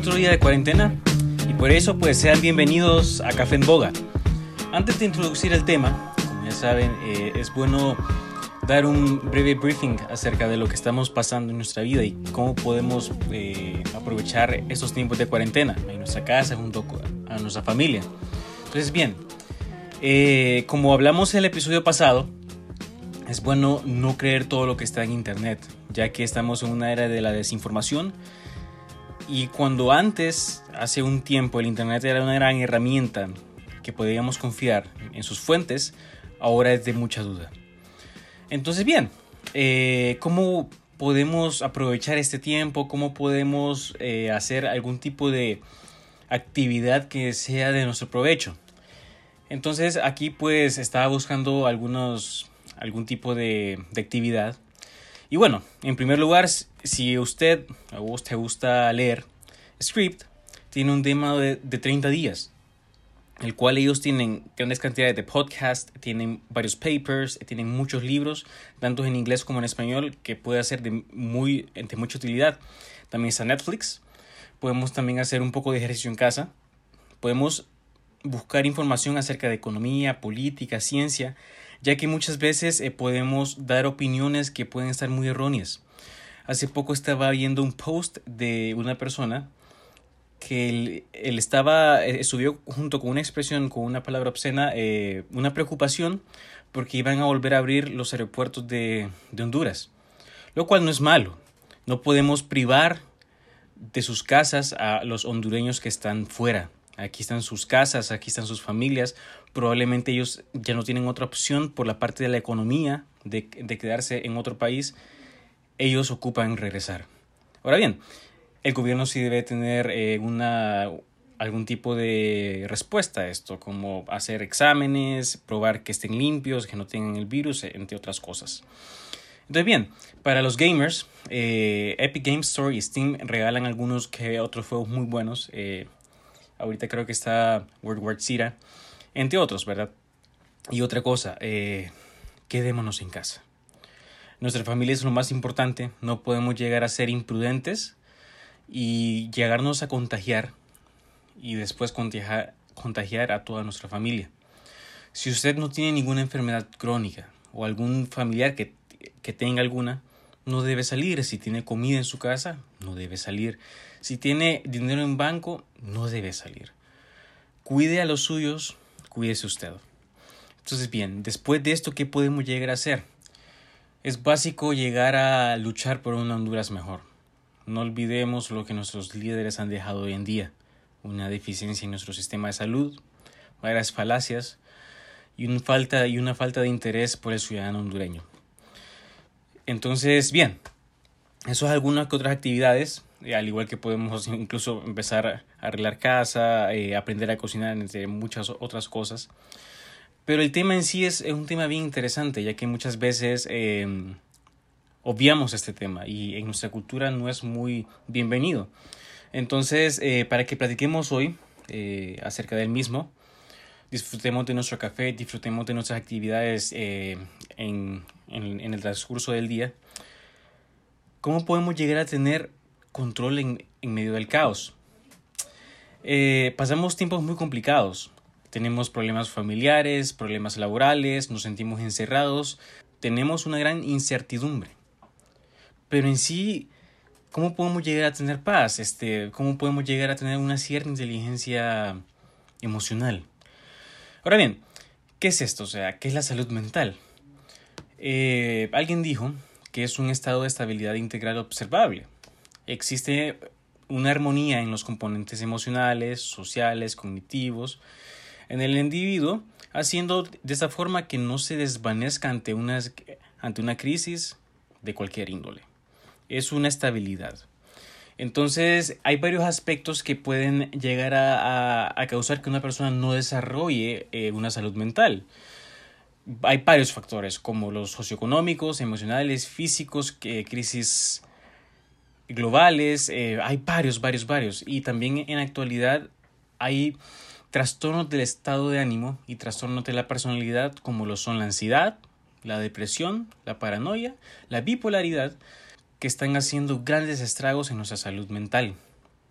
otro día de cuarentena y por eso pues sean bienvenidos a Café en Boga. Antes de introducir el tema, como ya saben, es bueno dar un breve briefing acerca de lo que estamos pasando en nuestra vida y cómo podemos aprovechar estos tiempos de cuarentena en nuestra casa junto a nuestra familia. Entonces bien, como hablamos en el episodio pasado, es bueno no creer todo lo que está en internet, ya que estamos en una era de la desinformación. Y cuando antes, hace un tiempo, el internet era una gran herramienta que podíamos confiar en sus fuentes, ahora es de mucha duda. Entonces bien, ¿cómo podemos aprovechar este tiempo? ¿Cómo podemos hacer algún tipo de actividad que sea de nuestro provecho? Entonces aquí pues estaba buscando algún tipo de actividad. Y bueno, en primer lugar, si usted te gusta leer, Script tiene un demo de 30 días, el cual ellos tienen grandes cantidades de podcasts, tienen varios papers, tienen muchos libros, tanto en inglés como en español, que puede ser de mucha utilidad. También está Netflix. Podemos también hacer un poco de ejercicio en casa. Podemos buscar información acerca de economía, política, ciencia, ya que muchas veces podemos dar opiniones que pueden estar muy erróneas. Hace poco estaba viendo un post de una persona que él subió junto con una expresión, con una palabra obscena, una preocupación porque iban a volver a abrir los aeropuertos de Honduras, lo cual no es malo. No podemos privar de sus casas a los hondureños que están fuera. Aquí están sus casas, aquí están sus familias. Probablemente ellos ya no tienen otra opción por la parte de la economía, de quedarse en otro país. Ellos ocupan regresar. Ahora bien, el gobierno sí debe tener algún tipo de respuesta a esto, como hacer exámenes, probar que estén limpios, que no tengan el virus, entre otras cosas. Entonces bien, para los gamers, Epic Games Store y Steam regalan algunos que otros juegos muy buenos. Ahorita creo que está World War Z, entre otros, ¿verdad? Y otra cosa, quedémonos en casa. Nuestra familia es lo más importante. No podemos llegar a ser imprudentes y llegarnos a contagiar y después contagiar a toda nuestra familia. Si usted no tiene ninguna enfermedad crónica o algún familiar que tenga alguna, no debe salir. Si tiene comida en su casa, no debe salir. Si tiene dinero en banco, no debe salir. Cuide a los suyos, cuídese usted. Entonces bien, después de esto, ¿qué podemos llegar a hacer? Es básico llegar a luchar por una Honduras mejor. No olvidemos lo que nuestros líderes han dejado hoy en día. Una deficiencia en nuestro sistema de salud, varias falacias y una falta de interés por el ciudadano hondureño. Entonces, bien, eso es algunas que otras actividades, al igual que podemos incluso empezar a arreglar casa, aprender a cocinar, entre muchas otras cosas. Pero el tema en sí es un tema bien interesante, ya que muchas veces obviamos este tema y en nuestra cultura no es muy bienvenido. Entonces, para que platiquemos hoy acerca del mismo, disfrutemos de nuestro café, disfrutemos de nuestras actividades en el transcurso del día. ¿Cómo podemos llegar a tener control en medio del caos? Pasamos tiempos muy complicados. Tenemos problemas familiares, problemas laborales, nos sentimos encerrados. Tenemos una gran incertidumbre. Pero en sí, ¿cómo podemos llegar a tener paz? ¿Cómo podemos llegar a tener una cierta inteligencia emocional? Ahora bien, ¿qué es esto? O sea, ¿qué es la salud mental? Alguien dijo que es un estado de estabilidad integral observable. Existe una armonía en los componentes emocionales, sociales, cognitivos, en el individuo, haciendo de esa forma que no se desvanezca ante una crisis de cualquier índole. Es una estabilidad. Entonces, hay varios aspectos que pueden llegar a causar que una persona no desarrolle una salud mental. Hay varios factores, como los socioeconómicos, emocionales, físicos, crisis globales. Hay varios. Y también en la actualidad hay trastornos del estado de ánimo y trastornos de la personalidad, como lo son la ansiedad, la depresión, la paranoia, la bipolaridad, que están haciendo grandes estragos en nuestra salud mental.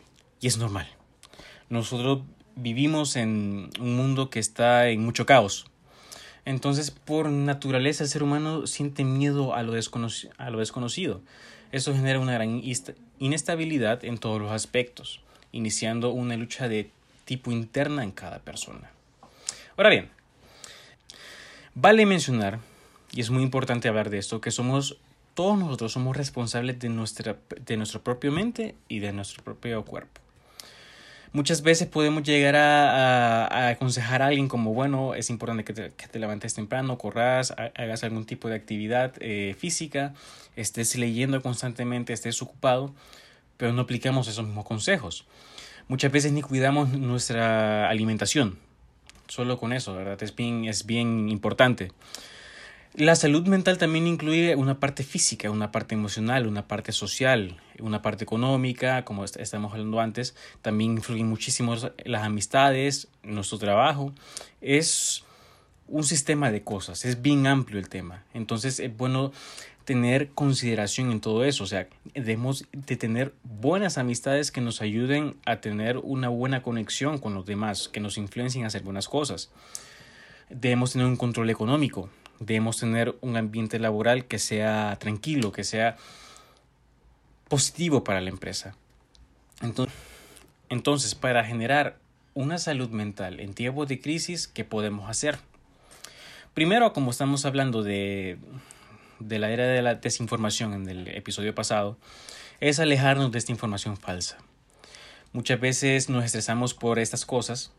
y es normal. Nosotros vivimos en un mundo que está en mucho caos. Entonces, por naturaleza, el ser humano siente miedo a lo desconocido. Eso genera una gran inestabilidad en todos los aspectos, iniciando una lucha de tipo interna en cada persona. Ahora bien, vale mencionar, y es muy importante hablar de esto, que todos nosotros somos responsables de nuestra propia mente y de nuestro propio cuerpo. Muchas veces podemos llegar a aconsejar a alguien como, bueno, es importante que te levantes temprano, corras, hagas algún tipo de actividad física, estés leyendo constantemente, estés ocupado, pero no aplicamos esos mismos consejos. Muchas veces ni cuidamos nuestra alimentación. Solo con eso, ¿verdad? Es bien importante. La salud mental también incluye una parte física, una parte emocional, una parte social, una parte económica, como estamos hablando antes. También influyen muchísimo las amistades, nuestro trabajo. Es un sistema de cosas, es bien amplio el tema. Entonces es bueno tener consideración en todo eso. O sea, debemos de tener buenas amistades que nos ayuden a tener una buena conexión con los demás, que nos influencien a hacer buenas cosas. Debemos tener un control económico. Debemos tener un ambiente laboral que sea tranquilo, que sea positivo para la empresa. Entonces, para generar una salud mental en tiempos de crisis, ¿qué podemos hacer? Primero, como estamos hablando de la era de la desinformación en el episodio pasado, es alejarnos de esta información falsa. Muchas veces nos estresamos por estas cosas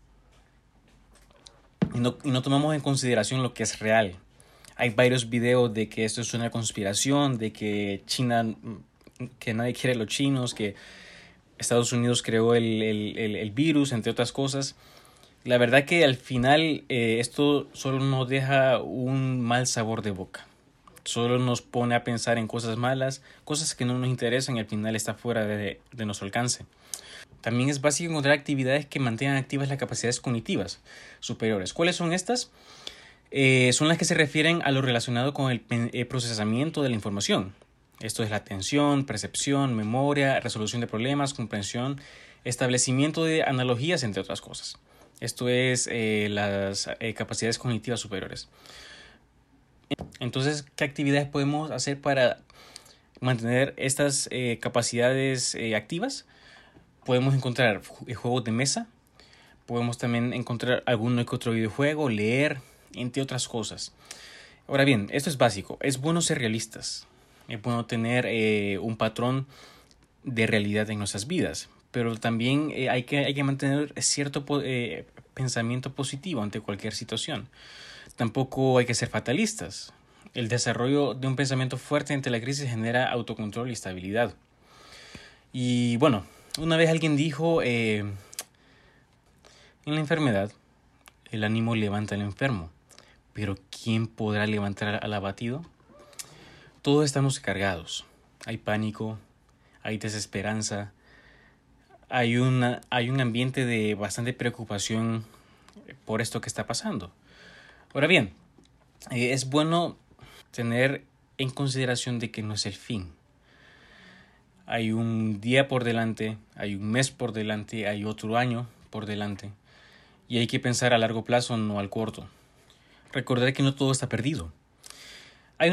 y no tomamos en consideración lo que es real. Hay varios videos de que esto es una conspiración, de que China, que nadie quiere a los chinos, que Estados Unidos creó el virus, entre otras cosas. La verdad que al final esto solo nos deja un mal sabor de boca. Solo nos pone a pensar en cosas malas, cosas que no nos interesan y al final está fuera de nuestro alcance. También es básico encontrar actividades que mantengan activas las capacidades cognitivas superiores. ¿Cuáles son estas? Son las que se refieren a lo relacionado con el procesamiento de la información. Esto es la atención, percepción, memoria, resolución de problemas, comprensión, establecimiento de analogías, entre otras cosas. Esto es las capacidades cognitivas superiores. Entonces, ¿qué actividades podemos hacer para mantener estas capacidades activas? Podemos encontrar juegos de mesa, podemos también encontrar algún que otro videojuego, leer, entre otras cosas. Ahora bien, esto es básico. Es bueno ser realistas. Es bueno tener un patrón de realidad en nuestras vidas. Pero también hay que mantener cierto pensamiento positivo ante cualquier situación. Tampoco hay que ser fatalistas. El desarrollo de un pensamiento fuerte ante la crisis genera autocontrol y estabilidad. Y bueno, una vez alguien dijo, en la enfermedad, el ánimo levanta al enfermo. Pero ¿quién podrá levantar al abatido? Todos estamos cargados. Hay pánico, hay desesperanza, hay un ambiente de bastante preocupación por esto que está pasando. Ahora bien, es bueno tener en consideración de que no es el fin. Hay un día por delante, hay un mes por delante, hay otro año por delante. Y hay que pensar a largo plazo, no al corto. Recordar que no todo está perdido. Hay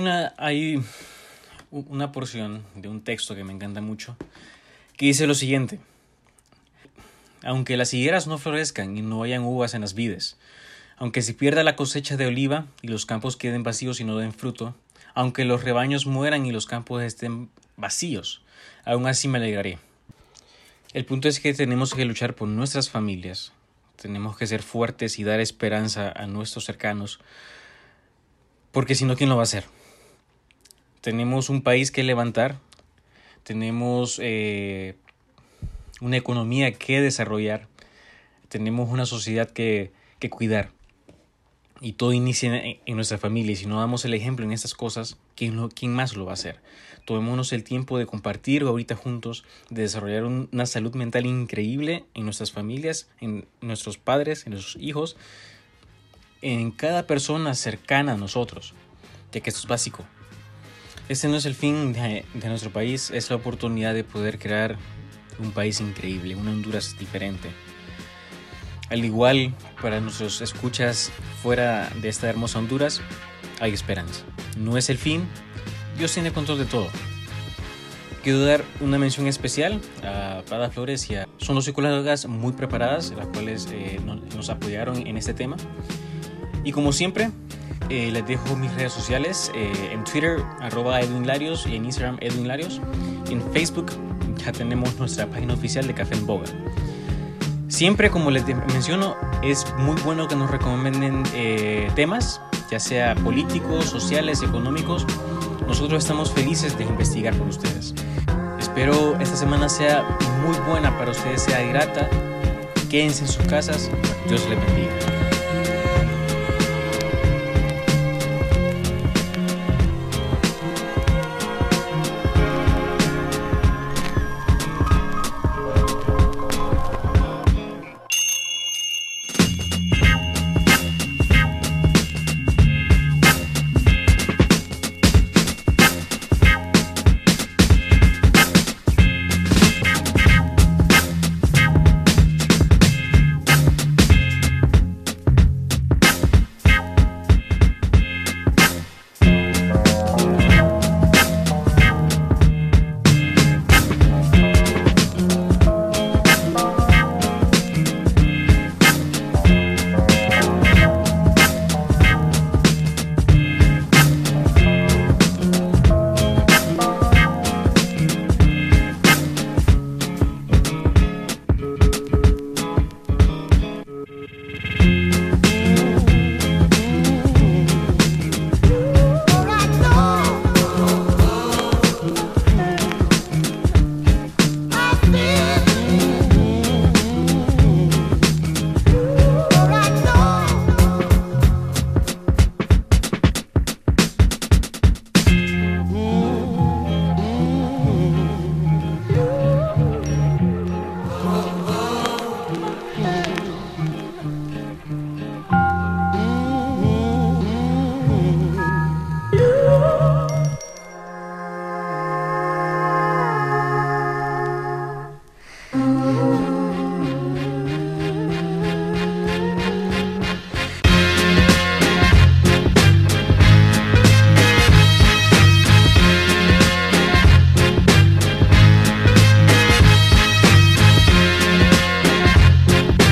una porción de un texto que me encanta mucho que dice lo siguiente: aunque las higueras no florezcan y no hayan uvas en las vides, aunque se pierda la cosecha de oliva y los campos queden vacíos y no den fruto, aunque los rebaños mueran y los campos estén vacíos, aún así me alegraré. El punto es que tenemos que luchar por nuestras familias. Tenemos que ser fuertes y dar esperanza a nuestros cercanos, porque si no, ¿quién lo va a hacer? Tenemos un país que levantar, tenemos una economía que desarrollar, tenemos una sociedad que cuidar. Y todo inicia en nuestra familia. Y si no damos el ejemplo en estas cosas, ¿quién más lo va a hacer? Tomémonos el tiempo de compartir ahorita juntos, de desarrollar una salud mental increíble en nuestras familias, en nuestros padres, en nuestros hijos, en cada persona cercana a nosotros, ya que esto es básico. Este no es el fin de nuestro país, es la oportunidad de poder crear un país increíble, una Honduras diferente. Al igual, para nuestros escuchas fuera de esta hermosa Honduras, hay esperanza. No es el fin, Dios tiene control de todo. Quiero dar una mención especial a Prada Flores y a... Son dos psicólogas muy preparadas, las cuales nos apoyaron en este tema. Y como siempre, les dejo mis redes sociales, en Twitter, @EdwinLarios, y en Instagram, EdwinLarios. En Facebook ya tenemos nuestra página oficial de Café en Boga. Siempre, como les menciono, es muy bueno que nos recomienden temas, ya sea políticos, sociales, económicos. Nosotros estamos felices de investigar por ustedes. Espero esta semana sea muy buena para ustedes, sea grata. Quédense en sus casas. Dios les bendiga.